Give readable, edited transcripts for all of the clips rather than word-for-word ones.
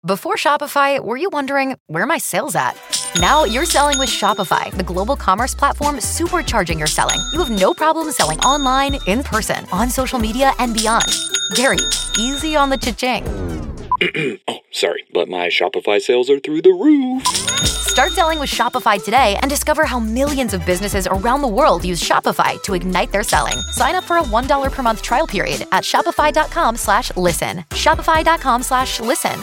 Before Shopify, were you wondering, where are my sales at? Now you're selling with Shopify, the global commerce platform supercharging your selling. You have no problem selling online, in person, on social media, and beyond. Gary, easy on the cha-ching. Oh, sorry, but my Shopify sales are through the roof. Start selling with Shopify today and discover how millions of businesses around the world use Shopify to ignite their selling. Sign up for a $1 per month trial period at shopify.com/listen. Shopify.com/listen.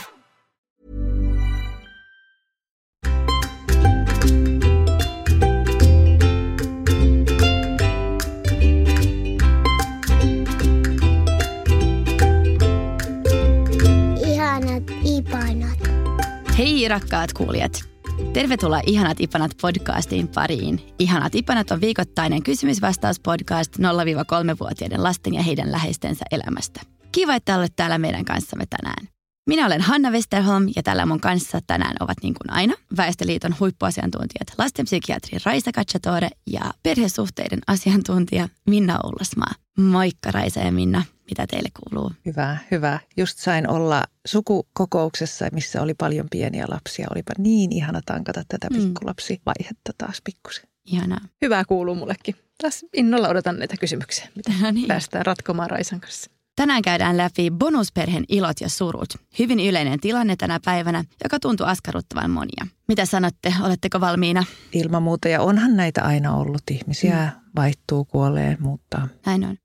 Ihanat ipanat. Hei rakkaat kuulijat! Tervetuloa Ihanat ipanat podcastin pariin. Ihanat ipanat on viikoittainen kysymys-vastaus-podcast 0-3-vuotiaiden lasten ja heidän läheistensä elämästä. Kiva, että olet täällä meidän kanssamme tänään. Minä olen Hanna Westerholm ja täällä mun kanssa tänään ovat niin kuin aina Väestöliiton huippuasiantuntijat lastenpsykiatri Raisa Cacciatore ja perhesuhteiden asiantuntija Minna Oulasmaa. Moikka Raisa ja Minna, mitä teille kuuluu? Hyvä. Just sain olla sukukokouksessa, missä oli paljon pieniä lapsia. Olipa niin ihana tankata tätä pikkulapsivaihetta taas pikkusen. Ihanaa. Hyvää kuuluu mullekin. Taas innolla odotan näitä kysymyksiä, mitä päästään ratkomaan Raisan kanssa. Tänään käydään läpi bonusperheen ilot ja surut. Hyvin yleinen tilanne tänä päivänä, joka tuntuu askarruttavan monia. Mitä sanotte? Oletteko valmiina? Ilman muuta, ja onhan näitä aina ollut. Ihmisiä vaihtuu, kuolee, muuttaa. Näin on.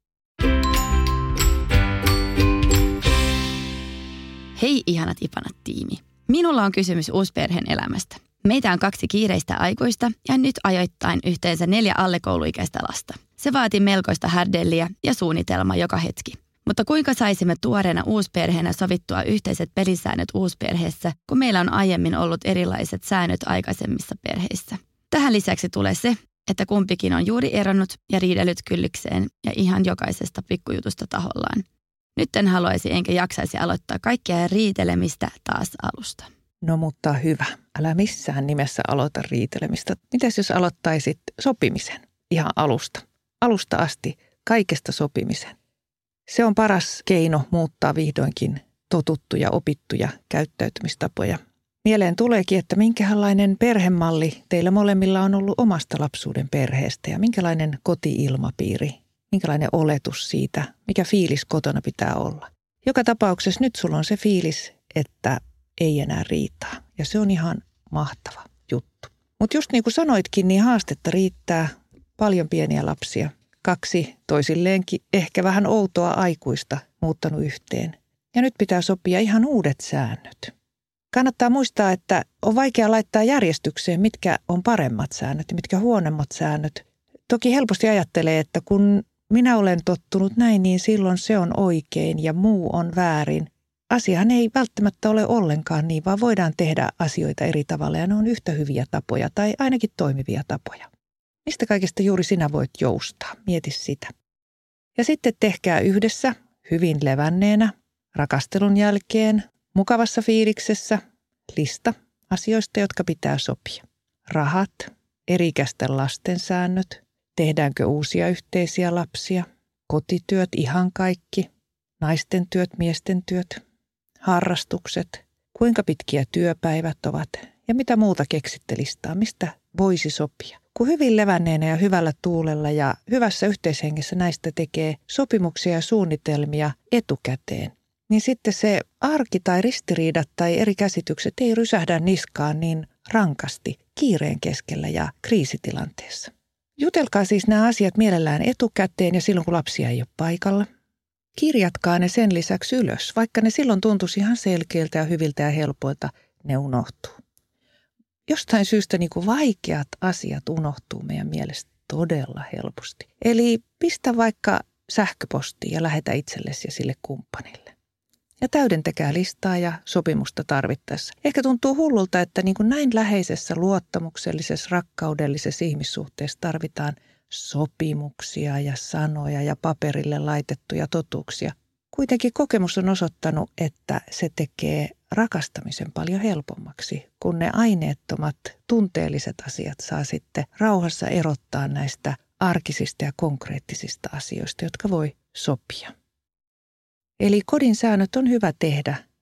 Hei ihanat ipanat tiimi. Minulla on kysymys uusperheen elämästä. Meitä on 2 kiireistä aikuista ja nyt ajoittain yhteensä 4 alle kouluikäistä lasta. Se vaatii melkoista härdelliä ja suunnitelmaa joka hetki. Mutta kuinka saisimme tuoreena uusperheenä sovittua yhteiset pelisäännöt uusperheessä, kun meillä on aiemmin ollut erilaiset säännöt aikaisemmissa perheissä? Tähän lisäksi tulee se, että kumpikin on juuri eronnut ja riidellyt kyllikseen ja ihan jokaisesta pikkujutusta tahollaan. Nyt en haluaisi enkä jaksaisi aloittaa kaikkea riitelemistä taas alusta. No mutta hyvä. Älä missään nimessä aloita riitelemistä. Mitäs jos aloittaisit sopimisen ihan alusta? Alusta asti kaikesta sopimisen. Se on paras keino muuttaa vihdoinkin totuttuja, opittuja käyttäytymistapoja. Mieleen tuleekin, että minkälainen perhemalli teillä molemmilla on ollut omasta lapsuuden perheestä ja minkälainen koti-ilmapiiri, minkälainen oletus siitä, mikä fiilis kotona pitää olla. Joka tapauksessa nyt sulla on se fiilis, että ei enää riitaa ja se on ihan mahtava juttu. Mutta just niin kuin sanoitkin, niin haastetta riittää, paljon pieniä lapsia. 2 toisilleenkin ehkä vähän outoa aikuista muuttanut yhteen. Ja nyt pitää sopia ihan uudet säännöt. Kannattaa muistaa, että on vaikea laittaa järjestykseen, mitkä on paremmat säännöt ja mitkä huonommat säännöt. Toki helposti ajattelee, että kun minä olen tottunut näin, niin silloin se on oikein ja muu on väärin. Asiahan ei välttämättä ole ollenkaan niin, vaan voidaan tehdä asioita eri tavalla ja ne on yhtä hyviä tapoja tai ainakin toimivia tapoja. Mistä kaikesta juuri sinä voit joustaa? Mieti sitä. Ja sitten tehkää yhdessä, hyvin levänneenä, rakastelun jälkeen, mukavassa fiiliksessä, lista asioista, jotka pitää sopia. Rahat, eri-ikäisten lasten säännöt, tehdäänkö uusia yhteisiä lapsia, kotityöt ihan kaikki, naisten työt, miesten työt, harrastukset, kuinka pitkiä työpäivät ovat ja mitä muuta keksitte listaa, mistä voisi sopia. Kun hyvin levänneenä ja hyvällä tuulella ja hyvässä yhteishengessä näistä tekee sopimuksia ja suunnitelmia etukäteen, niin sitten se arki tai ristiriidat tai eri käsitykset ei rysähdä niskaan niin rankasti kiireen keskellä ja kriisitilanteessa. Jutelkaa siis nämä asiat mielellään etukäteen ja silloin kun lapsia ei ole paikalla. Kirjatkaa ne sen lisäksi ylös, vaikka ne silloin tuntuisi ihan selkeiltä ja hyviltä ja helpoilta, ne unohtuu. Jostain syystä niin kuin vaikeat asiat unohtuu meidän mielestä todella helposti. Eli pistä vaikka sähköpostiin ja lähetä itsellesi ja sille kumppanille. Ja täydentäkää listaa ja sopimusta tarvittaessa. Ehkä tuntuu hullulta, että niin kuin näin läheisessä, luottamuksellisessa, rakkaudellisessa ihmissuhteessa tarvitaan sopimuksia ja sanoja ja paperille laitettuja totuuksia. Kuitenkin kokemus on osoittanut, että se tekee rakastamisen paljon helpommaksi, kun ne aineettomat, tunteelliset asiat saa sitten rauhassa erottaa näistä arkisista ja konkreettisista asioista, jotka voi sopia. Eli kodin säännöt on hyvä tehdä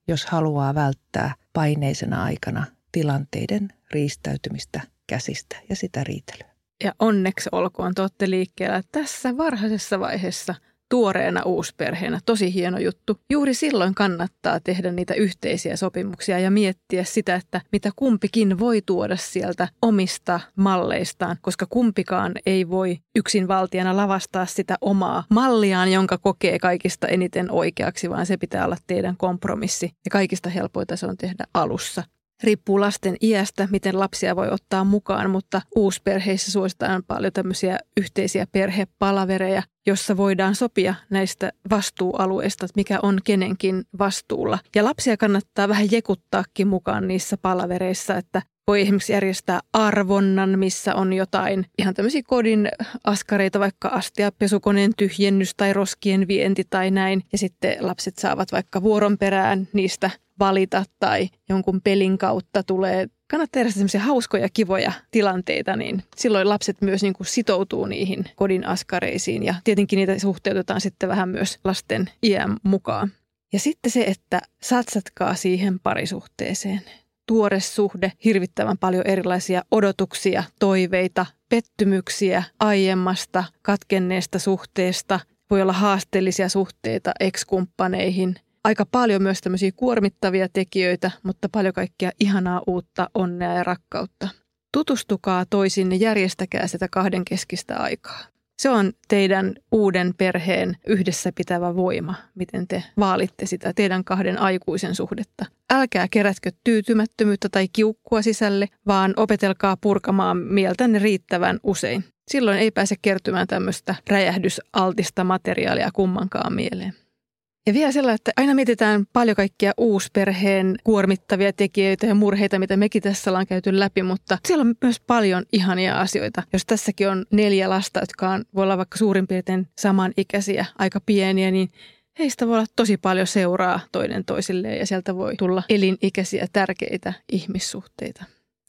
jos haluaa välttää paineisena aikana tilanteiden riistäytymistä käsistä ja sitä riitelyä. Ja onneksi olkoon, te olette liikkeellä tässä varhaisessa vaiheessa tuoreena uusperheenä. Tosi hieno juttu. Juuri silloin kannattaa tehdä niitä yhteisiä sopimuksia ja miettiä sitä, että mitä kumpikin voi tuoda sieltä omista malleistaan, koska kumpikaan ei voi yksinvaltiana lavastaa sitä omaa malliaan, jonka kokee kaikista eniten oikeaksi, vaan se pitää olla teidän kompromissi. Ja kaikista helpointa se on tehdä alussa. Riippuu lasten iästä, miten lapsia voi ottaa mukaan, mutta uusperheissä suositaan paljon tämmöisiä yhteisiä perhepalavereja, jossa voidaan sopia näistä vastuualueista, että mikä on kenenkin vastuulla. Ja lapsia kannattaa vähän jekuttaakin mukaan niissä palavereissa, että voi esimerkiksi järjestää arvonnan, missä on jotain ihan tämmöisiä kodin askareita, vaikka astiapesukoneen tyhjennys tai roskien vienti tai näin. Ja sitten lapset saavat vaikka vuoron perään niistä valita tai jonkun pelin kautta tulee. Kannattaa tehdä sellaisia hauskoja, kivoja tilanteita, niin silloin lapset myös niin kuin sitoutuu niihin kodin askareisiin ja tietenkin niitä suhteutetaan sitten vähän myös lasten iän mukaan. Ja sitten se, että satsatkaa siihen parisuhteeseen. Tuore suhde, hirvittävän paljon erilaisia odotuksia, toiveita, pettymyksiä aiemmasta katkenneesta suhteesta. Voi olla haasteellisia suhteita ex-kumppaneihin. Aika paljon myös tämmöisiä kuormittavia tekijöitä, mutta paljon kaikkea ihanaa uutta onnea ja rakkautta. Tutustukaa toisinne, järjestäkää sitä kahdenkeskistä aikaa. Se on teidän uuden perheen yhdessä pitävä voima, miten te vaalitte sitä teidän kahden aikuisen suhdetta. Älkää kerätkö tyytymättömyyttä tai kiukkua sisälle, vaan opetelkaa purkamaan mieltänne riittävän usein. Silloin ei pääse kertymään tämmöistä räjähdysaltista materiaalia kummankaan mieleen. Ja vielä sellainen, että aina mietitään paljon kaikkia uusperheen kuormittavia tekijöitä ja murheita, mitä mekin tässä ollaan käyty läpi, mutta siellä on myös paljon ihania asioita. Jos tässäkin on 4 lasta, jotka voi olla vaikka suurin piirtein samanikäisiä, aika pieniä, niin heistä voi olla tosi paljon seuraa toinen toisilleen ja sieltä voi tulla elinikäisiä tärkeitä ihmissuhteita.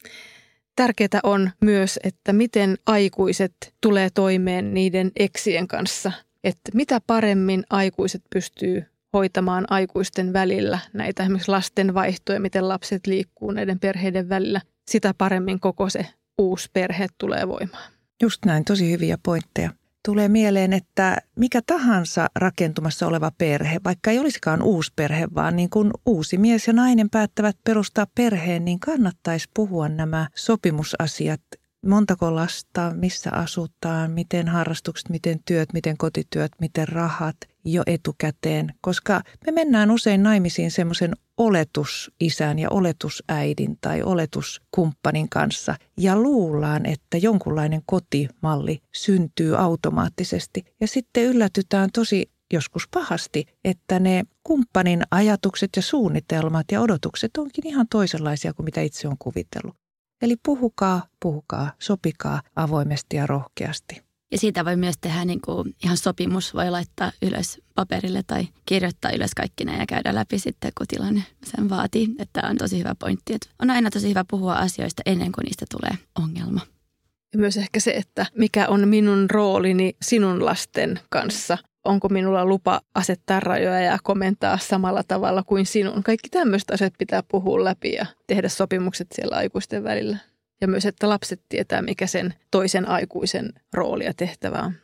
Tärkeää on myös, että miten aikuiset tulee toimeen niiden eksien kanssa. Että mitä paremmin aikuiset pystyy hoitamaan aikuisten välillä näitä esimerkiksi lasten vaihtoja, miten lapset liikkuu näiden perheiden välillä, sitä paremmin koko se uusi perhe tulee voimaan. Just näin, tosi hyviä pointteja. Tulee mieleen, että mikä tahansa rakentumassa oleva perhe, vaikka ei olisikaan uusi perhe, vaan niin kuin uusi mies ja nainen päättävät perustaa perheen, niin kannattaisi puhua nämä sopimusasiat. Montako lasta, missä asutaan, miten harrastukset, miten työt, miten kotityöt, miten rahat jo etukäteen. Koska me mennään usein naimisiin semmoisen oletusisän ja oletusäidin tai oletuskumppanin kanssa ja luullaan, että jonkunlainen kotimalli syntyy automaattisesti. Ja sitten yllätytään tosi joskus pahasti, että ne kumppanin ajatukset ja suunnitelmat ja odotukset onkin ihan toisenlaisia kuin mitä itse on kuvitellut. Eli puhukaa, sopikaa avoimesti ja rohkeasti. Ja siitä voi myös tehdä niin kuin ihan sopimus, voi laittaa ylös paperille tai kirjoittaa ylös kaikki ne ja käydä läpi sitten, kun tilanne sen vaatii. Että tämä on tosi hyvä pointti, että on aina tosi hyvä puhua asioista ennen kuin niistä tulee ongelma. Ja myös ehkä se, että mikä on minun roolini sinun lasten kanssa. Onko minulla lupa asettaa rajoja ja komentaa samalla tavalla kuin sinun? Kaikki tämmöiset asiat pitää puhua läpi ja tehdä sopimukset siellä aikuisten välillä. Ja myös, että lapset tietää, mikä sen toisen aikuisen rooli ja tehtävä on.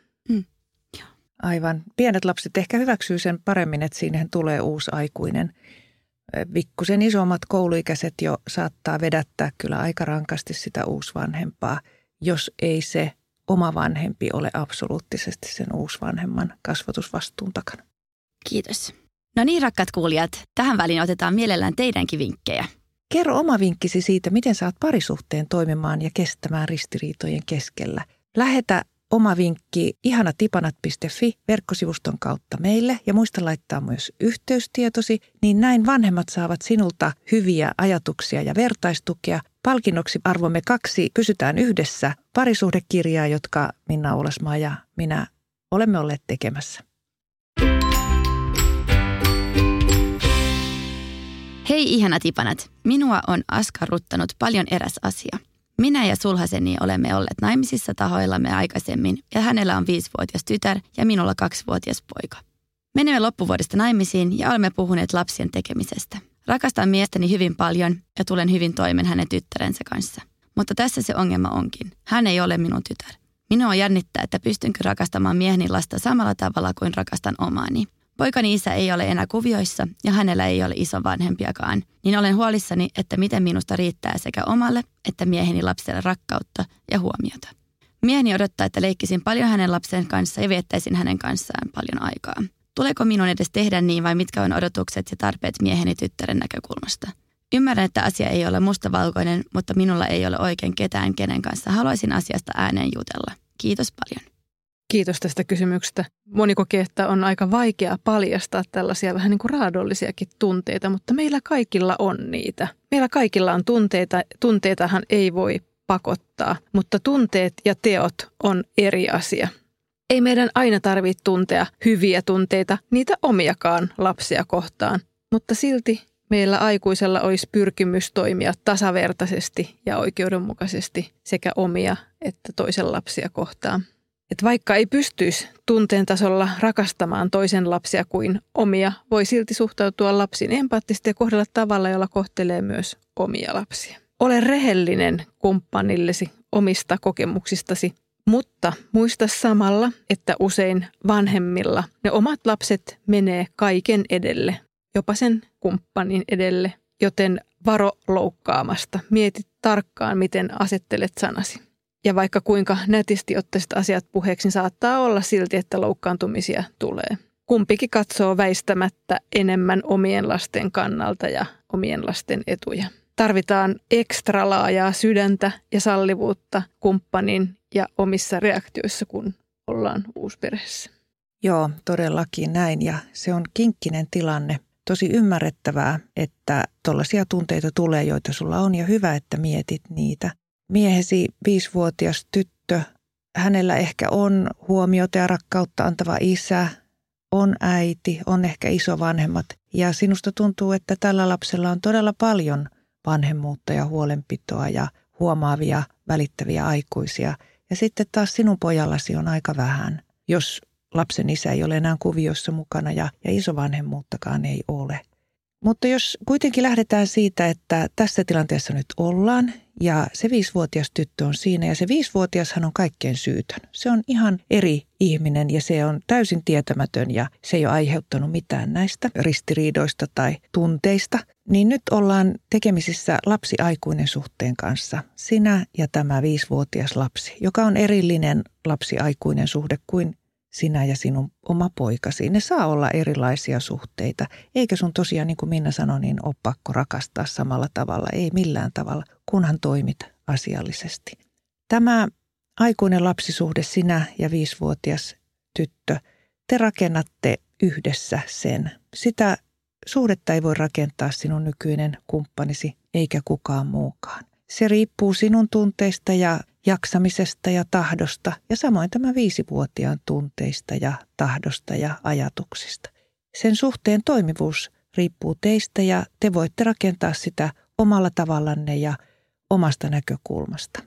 Aivan. Pienet lapset ehkä hyväksyy sen paremmin, että siihen tulee uusi aikuinen. Pikkusen isommat kouluikäiset jo saattaa vedättää kyllä aika rankasti sitä uusvanhempaa, jos ei se oma vanhempi ole absoluuttisesti sen uusvanhemman kasvatusvastuun takana. Kiitos. No niin, rakkaat kuulijat, tähän väliin otetaan mielellään teidänkin vinkkejä. Kerro oma vinkkisi siitä, miten saat parisuhteen toimimaan ja kestämään ristiriitojen keskellä. Lähetä oma vinkki ihanatipanat.fi verkkosivuston kautta meille ja muista laittaa myös yhteystietosi, niin näin vanhemmat saavat sinulta hyviä ajatuksia ja vertaistukea. Palkinnoksi arvomme 2 Pysytään yhdessä -parisuhdekirjaa, jotka Minna Oulasmaa ja minä olemme olleet tekemässä. Hei ihanat ipanat, minua on askarruttanut paljon eräs asia. Minä ja sulhaseni olemme olleet naimisissa tahoillamme aikaisemmin ja hänellä on 5-vuotias tytär ja minulla 2-vuotias poika. Menemme loppuvuodesta naimisiin ja olemme puhuneet lapsien tekemisestä. Rakastan miestäni hyvin paljon ja tulen hyvin toimeen hänen tyttärensä kanssa. Mutta tässä se ongelma onkin. Hän ei ole minun tytär. Minua jännittää, että pystynkö rakastamaan mieheni lasta samalla tavalla kuin rakastan omaani. Poikani isä ei ole enää kuvioissa ja hänellä ei ole isovanhempiakaan, niin olen huolissani, että miten minusta riittää sekä omalle että mieheni lapselle rakkautta ja huomiota. Mieheni odottaa, että leikkisin paljon hänen lapsen kanssa ja viettäisin hänen kanssaan paljon aikaa. Tuleeko minun edes tehdä niin vai mitkä on odotukset ja tarpeet mieheni tyttären näkökulmasta? Ymmärrän, että asia ei ole mustavalkoinen, mutta minulla ei ole oikein ketään, kenen kanssa haluaisin asiasta ääneen jutella. Kiitos paljon. Kiitos tästä kysymyksestä. Moni kokee, että on aika vaikea paljastaa tällaisia vähän niin kuin raadollisiakin tunteita, mutta meillä kaikilla on niitä. Meillä kaikilla on tunteita. Tunteitahan ei voi pakottaa, mutta tunteet ja teot on eri asia. Ei meidän aina tarvitse tuntea hyviä tunteita, niitä omiakaan lapsia kohtaan, mutta silti meillä aikuisella olisi pyrkimys toimia tasavertaisesti ja oikeudenmukaisesti sekä omia että toisen lapsia kohtaan. Et vaikka ei pystyisi tunteen tasolla rakastamaan toisen lapsia kuin omia, voi silti suhtautua lapsiin empaattisesti ja kohdella tavalla, jolla kohtelee myös omia lapsia. Ole rehellinen kumppanillesi omista kokemuksistasi, mutta muista samalla, että usein vanhemmilla ne omat lapset menee kaiken edelle, jopa sen kumppanin edelle, joten varo loukkaamasta. Mieti tarkkaan, miten asettelet sanasi. Ja vaikka kuinka nätisti ottaisit asiat puheeksi, niin saattaa olla silti, että loukkaantumisia tulee. Kumpikin katsoo väistämättä enemmän omien lasten kannalta ja omien lasten etuja. Tarvitaan ekstra laajaa sydäntä ja sallivuutta kumppanin ja omissa reaktioissa, kun ollaan uusperheessä. Joo, todellakin näin ja se on kinkkinen tilanne. Tosi ymmärrettävää, että tollaisia tunteita tulee, joita sulla on ja hyvä, että mietit niitä. Miehesi 5-vuotias tyttö, hänellä ehkä on huomiota ja rakkautta antava isä, on äiti, on ehkä isovanhemmat ja sinusta tuntuu, että tällä lapsella on todella paljon vanhemmuutta ja huolenpitoa ja huomaavia, välittäviä aikuisia. Ja sitten taas sinun pojallasi on aika vähän, jos lapsen isä ei ole enää kuviossa mukana ja isovanhemmuuttakaan ei ole. Mutta jos kuitenkin lähdetään siitä, että tässä tilanteessa nyt ollaan ja se 5-vuotias tyttö on siinä ja se 5-vuotiashan on kaikkein syytön. Se on ihan eri ihminen ja se on täysin tietämätön ja se ei ole aiheuttanut mitään näistä ristiriidoista tai tunteista. Niin nyt ollaan tekemisissä lapsi-aikuinen suhteen kanssa. Sinä ja tämä 5-vuotias lapsi, joka on erillinen lapsi-aikuinen suhde kuin sinä ja sinun oma poikasi. Ne saa olla erilaisia suhteita. Eikä sun tosiaan, niin kuin Minna sanoi, niin ole pakko rakastaa samalla tavalla. Ei millään tavalla, kunhan toimit asiallisesti. Tämä aikuinen lapsisuhde, sinä ja 5-vuotias tyttö, te rakennatte yhdessä sen. Sitä suhdetta ei voi rakentaa sinun nykyinen kumppanisi eikä kukaan muukaan. Se riippuu sinun tunteista ja jaksamisesta ja tahdosta ja samoin tämä 5-vuotiaan tunteista ja tahdosta ja ajatuksista. Sen suhteen toimivuus riippuu teistä ja te voitte rakentaa sitä omalla tavallanne ja omasta näkökulmasta.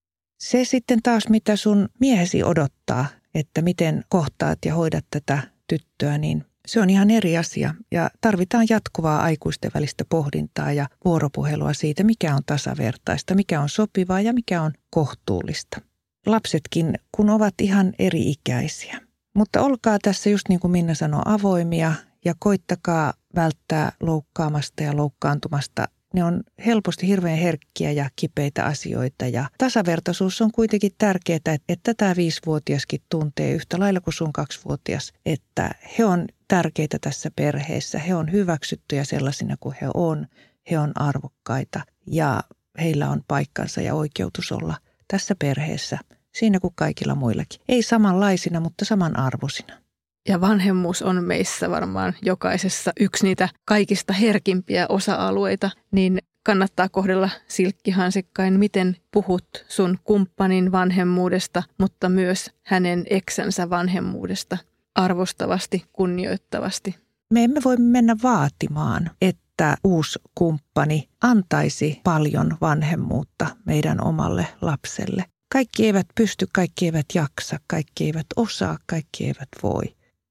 Se sitten taas, mitä sun miehesi odottaa, että miten kohtaat ja hoidat tätä tyttöä, niin se on ihan eri asia ja tarvitaan jatkuvaa aikuisten välistä pohdintaa ja vuoropuhelua siitä, mikä on tasavertaista, mikä on sopivaa ja mikä on kohtuullista. Lapsetkin, kun ovat ihan eri-ikäisiä. Mutta olkaa tässä just niin kuin Minna sanoi, avoimia ja koittakaa välttää loukkaamasta ja loukkaantumasta. Ne on helposti hirveän herkkiä ja kipeitä asioita ja tasavertaisuus on kuitenkin tärkeää, että tämä 5-vuotiaskin tuntee yhtä lailla kuin sun 2-vuotias, että he on tärkeitä tässä perheessä. He on hyväksyttyjä sellaisina kuin he on. He on arvokkaita ja heillä on paikkansa ja oikeutus olla tässä perheessä siinä kuin kaikilla muillakin. Ei samanlaisina, mutta samanarvoisina. Ja vanhemmuus on meissä varmaan jokaisessa yksi niitä kaikista herkimpiä osa-alueita, niin kannattaa kohdella silkkihansikkain, miten puhut sun kumppanin vanhemmuudesta, mutta myös hänen eksänsä vanhemmuudesta arvostavasti, kunnioittavasti. Me emme voi mennä vaatimaan, että uusi kumppani antaisi paljon vanhemmuutta meidän omalle lapselle. Kaikki eivät pysty, kaikki eivät jaksa, kaikki eivät osaa, kaikki eivät voi.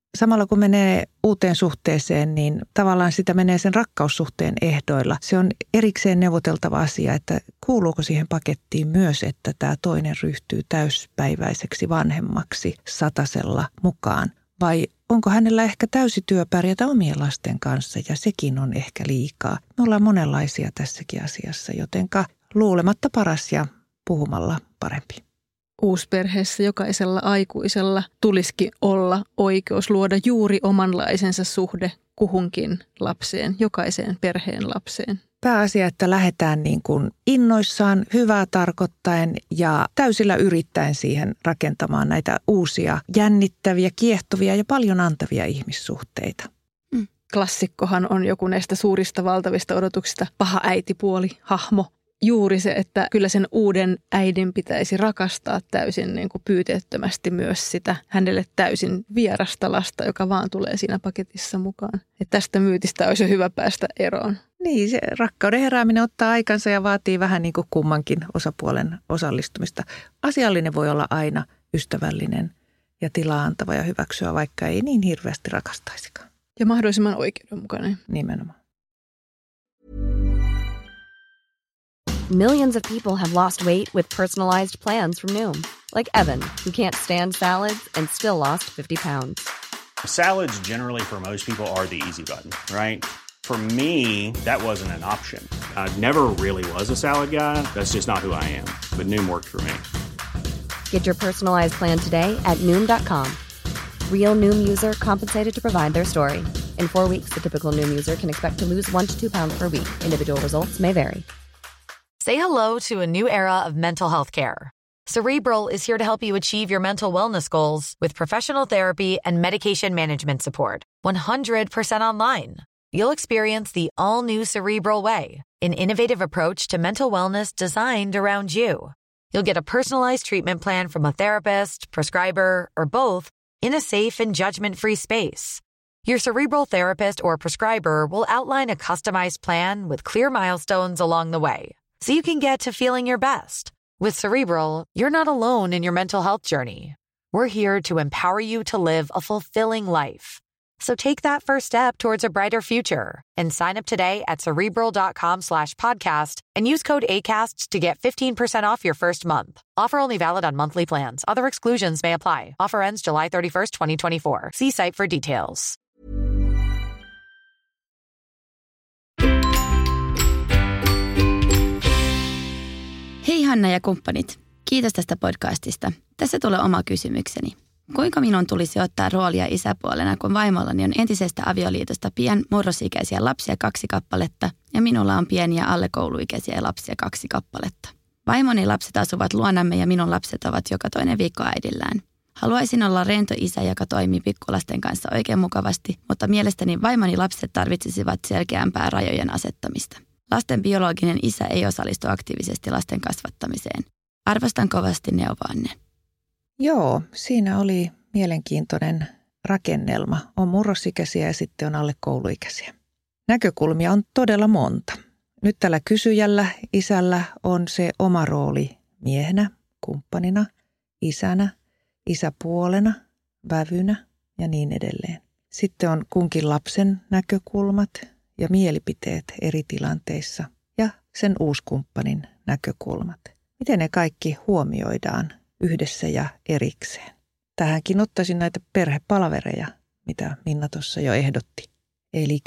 samalla kun menee uuteen suhteeseen, niin tavallaan sitä menee sen rakkaussuhteen ehdoilla. Se on erikseen neuvoteltava asia, että kuuluuko siihen pakettiin myös, että tämä toinen ryhtyy täyspäiväiseksi vanhemmaksi satasella mukaan. Vai onko hänellä ehkä täysi työ pärjätä omien lasten kanssa ja sekin on ehkä liikaa. Me ollaan monenlaisia tässäkin asiassa, jotenka luulematta paras ja puhumalla parempi. Uusperheessä jokaisella aikuisella tulisikin olla oikeus luoda juuri omanlaisensa suhde kuhunkin lapseen, jokaiseen perheen lapseen. Pääasia, että lähdetään niin kuin innoissaan, hyvää tarkoittaen ja täysillä yrittäen siihen rakentamaan näitä uusia, jännittäviä, kiehtovia ja paljon antavia ihmissuhteita. Klassikkohan on joku näistä suurista valtavista odotuksista paha äitipuoli, hahmo. Juuri se, että kyllä sen uuden äidin pitäisi rakastaa täysin niin kuin pyyteettömästi myös sitä hänelle täysin vierasta lasta, joka vaan tulee siinä paketissa mukaan. Että tästä myytistä olisi jo hyvä päästä eroon. Niin, se rakkauden herääminen ottaa aikansa ja vaatii vähän niin kuin kummankin osapuolen osallistumista. Asiallinen voi olla aina ystävällinen ja tilaa antava ja hyväksyä, vaikka ei niin hirveästi rakastaisikaan. Ja mahdollisimman oikeudenmukainen. Nimenomaan. Millions of people have lost weight with personalized plans from Noom. Like Evan, who can't stand salads and still lost 50 pounds. Salads generally for most people are the easy button, right? For me, that wasn't an option. I never really was a salad guy. That's just not who I am. But Noom worked for me. Get your personalized plan today at Noom.com. Real Noom user compensated to provide their story. In 4 weeks, the typical Noom user can expect to lose 1 to 2 pounds per week. Individual results may vary. Say hello to a new era of mental health care. Cerebral is here to help you achieve your mental wellness goals with professional therapy and medication management support. 100% online. You'll experience the all-new Cerebral Way, an innovative approach to mental wellness designed around you. You'll get a personalized treatment plan from a therapist, prescriber, or both in a safe and judgment-free space. Your Cerebral therapist or prescriber will outline a customized plan with clear milestones along the way, so you can get to feeling your best. With Cerebral, you're not alone in your mental health journey. We're here to empower you to live a fulfilling life. So take that first step towards a brighter future and sign up today at Cerebral.com/podcast and use code ACAST to get 15% off your first month. Offer only valid on monthly plans. Other exclusions may apply. Offer ends July 31st, 2024. See site for details. Hei Hanna ja kumppanit, kiitos tästä podcastista. Tässä tulee oma kysymykseni. Kuinka minun tulisi ottaa roolia isäpuolena, kun vaimollani on entisestä avioliitosta pian murrosikäisiä lapsia 2 kappaletta ja minulla on pieniä alle kouluikäisiä lapsia 2 kappaletta. Vaimoni lapset asuvat luonamme ja minun lapset ovat joka toinen viikko äidillään. Haluaisin olla rento isä, joka toimii pikkulasten kanssa oikein mukavasti, mutta mielestäni vaimoni lapset tarvitsisivat selkeämpää rajojen asettamista. Lasten biologinen isä ei osallistu aktiivisesti lasten kasvattamiseen. Arvostan kovasti neuvoanne. Joo, siinä oli mielenkiintoinen rakennelma. On murrosikäisiä ja sitten on alle kouluikäisiä. Näkökulmia on todella monta. Nyt tällä kysyjällä, isällä, on se oma rooli miehenä, kumppanina, isänä, isäpuolena, vävynä ja niin edelleen. Sitten on kunkin lapsen näkökulmat ja mielipiteet eri tilanteissa ja sen uuskumppanin näkökulmat. Miten ne kaikki huomioidaan yhdessä ja erikseen? Tähänkin ottaisin näitä perhepalvereja, mitä Minna tuossa jo ehdotti. Eli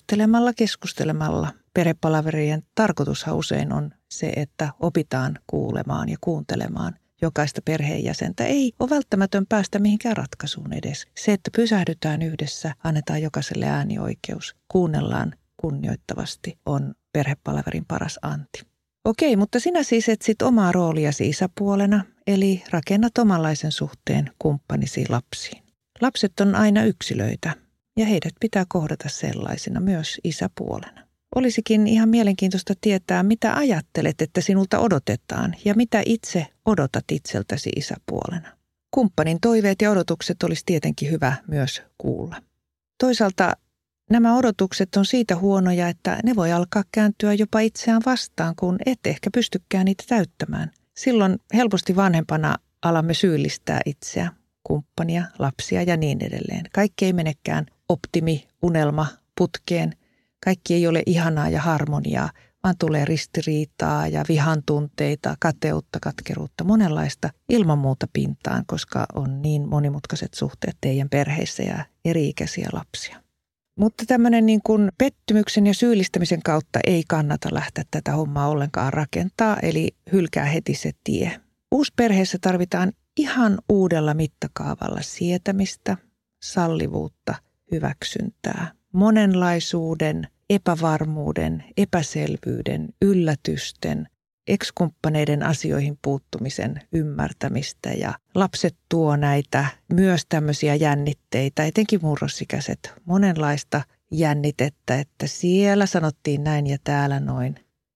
keskustelemalla. Perhepalverien tarkoitushan usein on se, että opitaan kuulemaan ja kuuntelemaan jokaista perheenjäsentä. Ei ole välttämätön päästä mihinkään ratkaisuun edes. Se, että pysähdytään yhdessä, annetaan jokaiselle äänioikeus, kuunnellaan kunnioittavasti, on perhepalverin paras anti. Okei, mutta sinä siis etsit omaa rooliasi isäpuolena, eli rakennat omanlaisen suhteen kumppanisi lapsiin. Lapset on aina yksilöitä ja heidät pitää kohdata sellaisina myös isäpuolena. Olisikin ihan mielenkiintoista tietää, mitä ajattelet, että sinulta odotetaan ja mitä itse odotat itseltäsi isäpuolena. Kumppanin toiveet ja odotukset olisi tietenkin hyvä myös kuulla. Toisaalta nämä odotukset on siitä huonoja, että ne voi alkaa kääntyä jopa itseään vastaan, kun et ehkä pystykään niitä täyttämään. Silloin helposti vanhempana alamme syyllistää itseä, kumppania, lapsia ja niin edelleen. Kaikki ei menekään optimi-unelma putkeen. Kaikki ei ole ihanaa ja harmoniaa, vaan tulee ristiriitaa ja vihan tunteita, kateutta, katkeruutta, monenlaista ilman muuta pintaan, koska on niin monimutkaiset suhteet teidän perheissä ja eri-ikäisiä lapsia. Mutta tämmöinen niin kuin pettymyksen ja syyllistämisen kautta ei kannata lähteä tätä hommaa ollenkaan rakentaa, eli hylkää heti se tie. Uusperheessä tarvitaan ihan uudella mittakaavalla sietämistä, sallivuutta, hyväksyntää, monenlaisuuden, epävarmuuden, epäselvyyden, yllätysten, ex-kumppaneiden asioihin puuttumisen ymmärtämistä ja lapset tuo näitä myös tämmöisiä jännitteitä, etenkin murrosikäiset, monenlaista jännitettä, että siellä sanottiin näin ja täällä noin.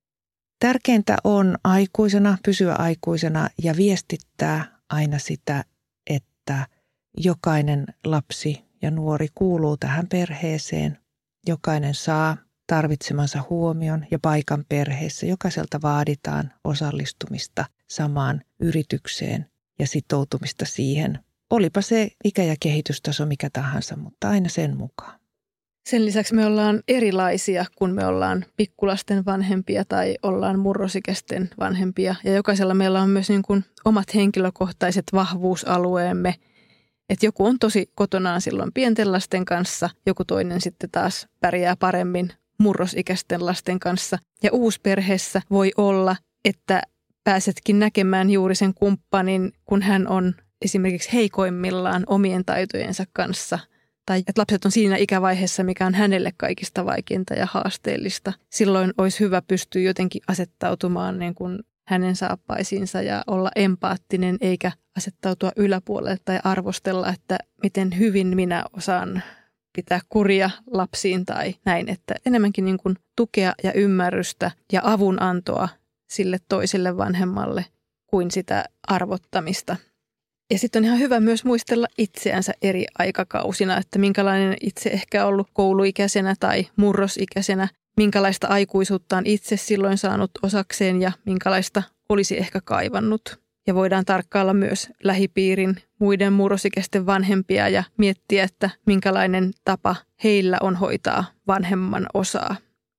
Tärkeintä on aikuisena, pysyä aikuisena ja viestittää aina sitä, että jokainen lapsi ja nuori kuuluu tähän perheeseen. Jokainen saa tarvitsemansa huomion ja paikan perheessä. Jokaiselta vaaditaan osallistumista samaan yritykseen ja sitoutumista siihen. Olipa se ikä- ja kehitystaso mikä tahansa, mutta aina sen mukaan. Sen lisäksi me ollaan erilaisia, kun me ollaan pikkulasten vanhempia tai ollaan murrosikäisten vanhempia. Ja jokaisella meillä on myös niin kuin omat henkilökohtaiset vahvuusalueemme. Että joku on tosi kotonaan silloin pienten lasten kanssa, joku toinen sitten taas pärjää paremmin murrosikäisten lasten kanssa. Ja uusperheessä voi olla, että pääsetkin näkemään juuri sen kumppanin, kun hän on esimerkiksi heikoimmillaan omien taitojensa kanssa. Tai että lapset on siinä ikävaiheessa, mikä on hänelle kaikista vaikeinta ja haasteellista. Silloin olisi hyvä pystyä jotenkin asettautumaan niin kuin hänen saappaisiinsa ja olla empaattinen eikä asettautua yläpuolelle tai arvostella, että miten hyvin minä osaan pitää kuria lapsiin tai näin. Että enemmänkin niin kuin tukea ja ymmärrystä ja avunantoa sille toiselle vanhemmalle kuin sitä arvottamista. Ja sitten on ihan hyvä myös muistella itseänsä eri aikakausina, että minkälainen itse ehkä ollut kouluikäisenä tai murrosikäisenä, minkälaista aikuisuutta on itse silloin saanut osakseen ja minkälaista olisi ehkä kaivannut. Ja voidaan tarkkailla myös lähipiirin muiden murrosikäisten vanhempia ja miettiä, että minkälainen tapa heillä on hoitaa vanhemman osaa.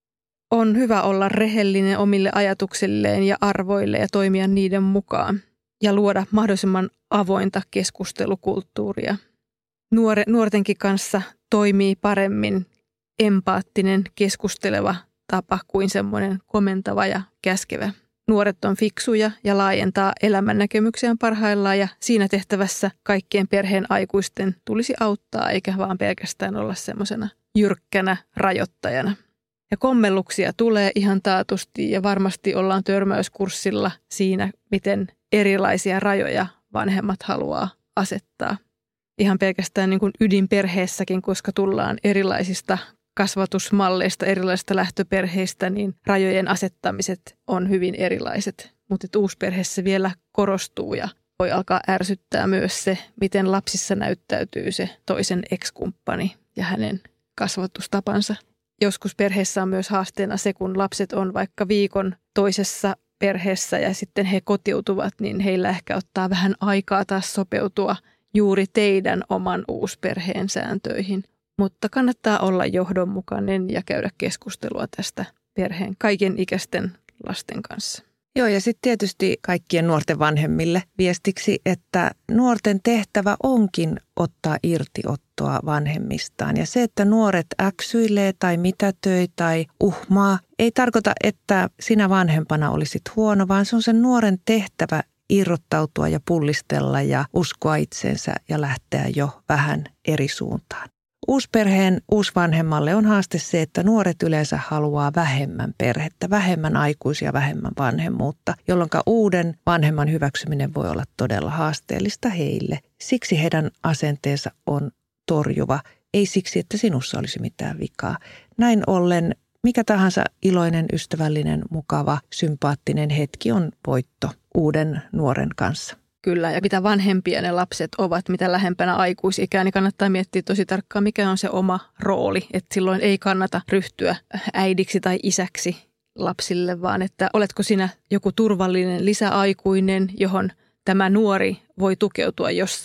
On hyvä olla rehellinen omille ajatuksilleen ja arvoille ja toimia niiden mukaan ja luoda mahdollisimman avointa keskustelukulttuuria. Nuortenkin kanssa toimii paremmin empaattinen, keskusteleva tapa kuin semmoinen komentava ja käskevä. Nuoret on fiksuja ja laajentaa elämän näkemyksiään parhaillaan ja siinä tehtävässä kaikkien perheen aikuisten tulisi auttaa eikä vaan pelkästään olla semmoisena jyrkkänä rajoittajana. Ja kommelluksia tulee ihan taatusti ja varmasti ollaan törmäyskurssilla siinä, miten erilaisia rajoja vanhemmat haluaa asettaa. Ihan pelkästään niin kuin ydinperheessäkin, koska tullaan erilaisista kasvatusmalleista, erilaisista lähtöperheistä, niin rajojen asettamiset on hyvin erilaiset. Mutta uusperheessä vielä korostuu ja voi alkaa ärsyttää myös se, miten lapsissa näyttäytyy se toisen ex-kumppani ja hänen kasvatustapansa. Joskus perheessä on myös haasteena se, kun lapset on vaikka viikon toisessa perheessä ja sitten he kotiutuvat, niin heillä ehkä ottaa vähän aikaa taas sopeutua juuri teidän oman uusperheen sääntöihin. Mutta kannattaa olla johdonmukainen ja käydä keskustelua tästä perheen kaiken ikäisten lasten kanssa. Joo, ja sitten tietysti kaikkien nuorten vanhemmille viestiksi, että nuorten tehtävä onkin ottaa irtiottoa vanhemmistaan. Ja se, että nuoret äksyilee tai mitätöi tai uhmaa, ei tarkoita, että sinä vanhempana olisit huono, vaan se on sen nuoren tehtävä irrottautua ja pullistella ja uskoa itseensä ja lähteä jo vähän eri suuntaan. Uusperheen uusvanhemmalle on haaste se, että nuoret yleensä haluaa vähemmän perhettä, vähemmän aikuisia, vähemmän vanhemmuutta, jolloin uuden vanhemman hyväksyminen voi olla todella haasteellista heille. Siksi heidän asenteensa on torjuva, ei siksi, että sinussa olisi mitään vikaa. Näin ollen mikä tahansa iloinen, ystävällinen, mukava, sympaattinen hetki on voitto uuden nuoren kanssa. Kyllä, ja mitä vanhempia ne lapset ovat, mitä lähempänä aikuisikää, niin kannattaa miettiä tosi tarkkaan, mikä on se oma rooli. Että silloin ei kannata ryhtyä äidiksi tai isäksi lapsille, vaan että oletko sinä joku turvallinen lisäaikuinen, johon tämä nuori voi tukeutua jossain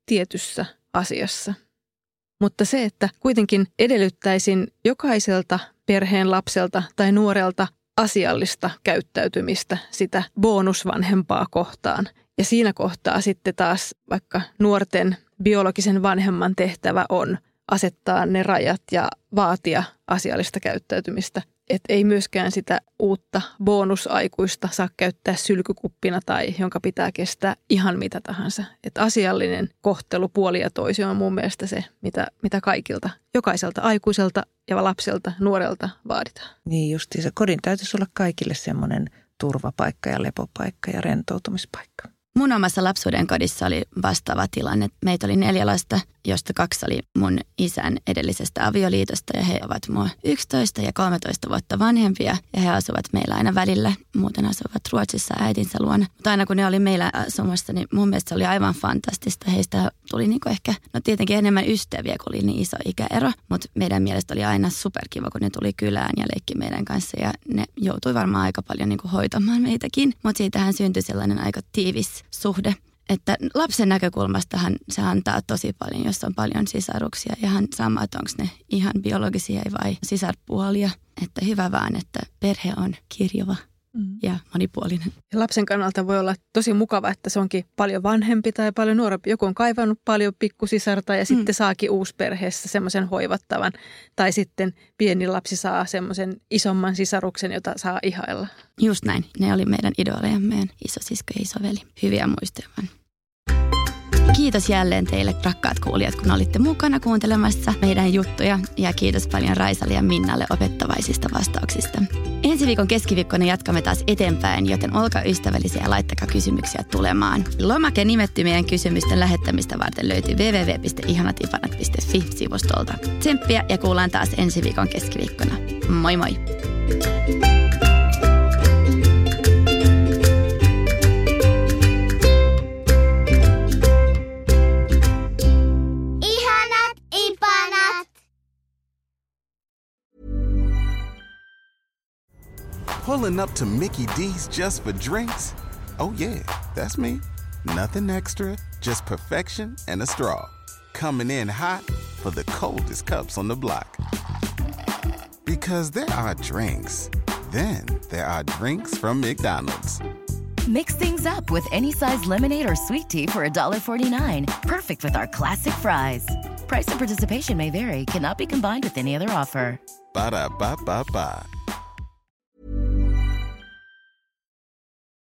tietyssä asiassa. Mutta se, että kuitenkin edellyttäisin jokaiselta perheen lapselta tai nuorelta asiallista käyttäytymistä sitä bonusvanhempaa kohtaan. Ja siinä kohtaa sitten taas vaikka nuorten biologisen vanhemman tehtävä on asettaa ne rajat ja vaatia asiallista käyttäytymistä. Että ei myöskään sitä uutta bonusaikuista saa käyttää sylkykuppina tai jonka pitää kestää ihan mitä tahansa. Että asiallinen kohtelu puoli ja toisin on mun mielestä se, mitä kaikilta, jokaiselta aikuiselta ja lapselta, nuorelta vaaditaan. Niin justiinsa. Kodin täytyisi olla kaikille semmoinen turvapaikka ja lepopaikka ja rentoutumispaikka. Mun omassa lapsuuden kodissa oli vastaava tilanne. Meitä oli 4 lasta, josta 2 oli mun isän edellisestä avioliitosta ja he ovat mua 11 ja 13 vuotta vanhempia ja he asuvat meillä aina välillä. Muuten asuvat Ruotsissa äitinsä luona. Mutta aina kun ne oli meillä asumassa, niin mun mielestä se oli aivan fantastista. Heistä tuli niinku ehkä, no tietenkin enemmän ystäviä, kun oli niin iso ikäero, mutta meidän mielestä oli aina superkiva, kun ne tuli kylään ja leikki meidän kanssa ja ne joutui varmaan aika paljon niinku hoitamaan meitäkin. Mutta siitähän syntyi sellainen aika tiivis suhde. Että lapsen näkökulmastahan se antaa tosi paljon, jos on paljon sisaruksia. Ihan sama, että onko ne ihan biologisia vai sisarpuolia. Että hyvä vaan, että perhe on kirjava ja monipuolinen. Ja lapsen kannalta voi olla tosi mukava, että se onkin paljon vanhempi tai paljon nuorempi. Joku on kaivannut paljon pikkusisarta ja sitten saakin uusperheessä semmoisen hoivattavan. Tai sitten pieni lapsi saa semmoisen isomman sisaruksen, jota saa ihailla. Just näin. Ne oli meidän idoleja, meidän isosisko ja isoveli. Hyviä muistoja vaan. Kiitos jälleen teille, rakkaat kuulijat, kun olitte mukana kuuntelemassa meidän juttuja. Ja kiitos paljon Raisalle ja Minnalle opettavaisista vastauksista. Ensi viikon keskiviikkona jatkamme taas eteenpäin, joten olkaa ystävällisiä ja laittakaa kysymyksiä tulemaan. Lomake nimettömien kysymysten lähettämistä varten löytyy www.ihanatipanat.fi-sivustolta. Tsemppiä ja kuullaan taas ensi viikon keskiviikkona. Moi moi! Pulling up to Mickey D's just for drinks? Oh yeah, that's me. Nothing extra, just perfection and a straw. Coming in hot for the coldest cups on the block. Because there are drinks. Then there are drinks from McDonald's. Mix things up with any size lemonade or sweet tea for $1.49. Perfect with our classic fries. Price and participation may vary. Cannot be combined with any other offer. Ba-da-ba-ba-ba.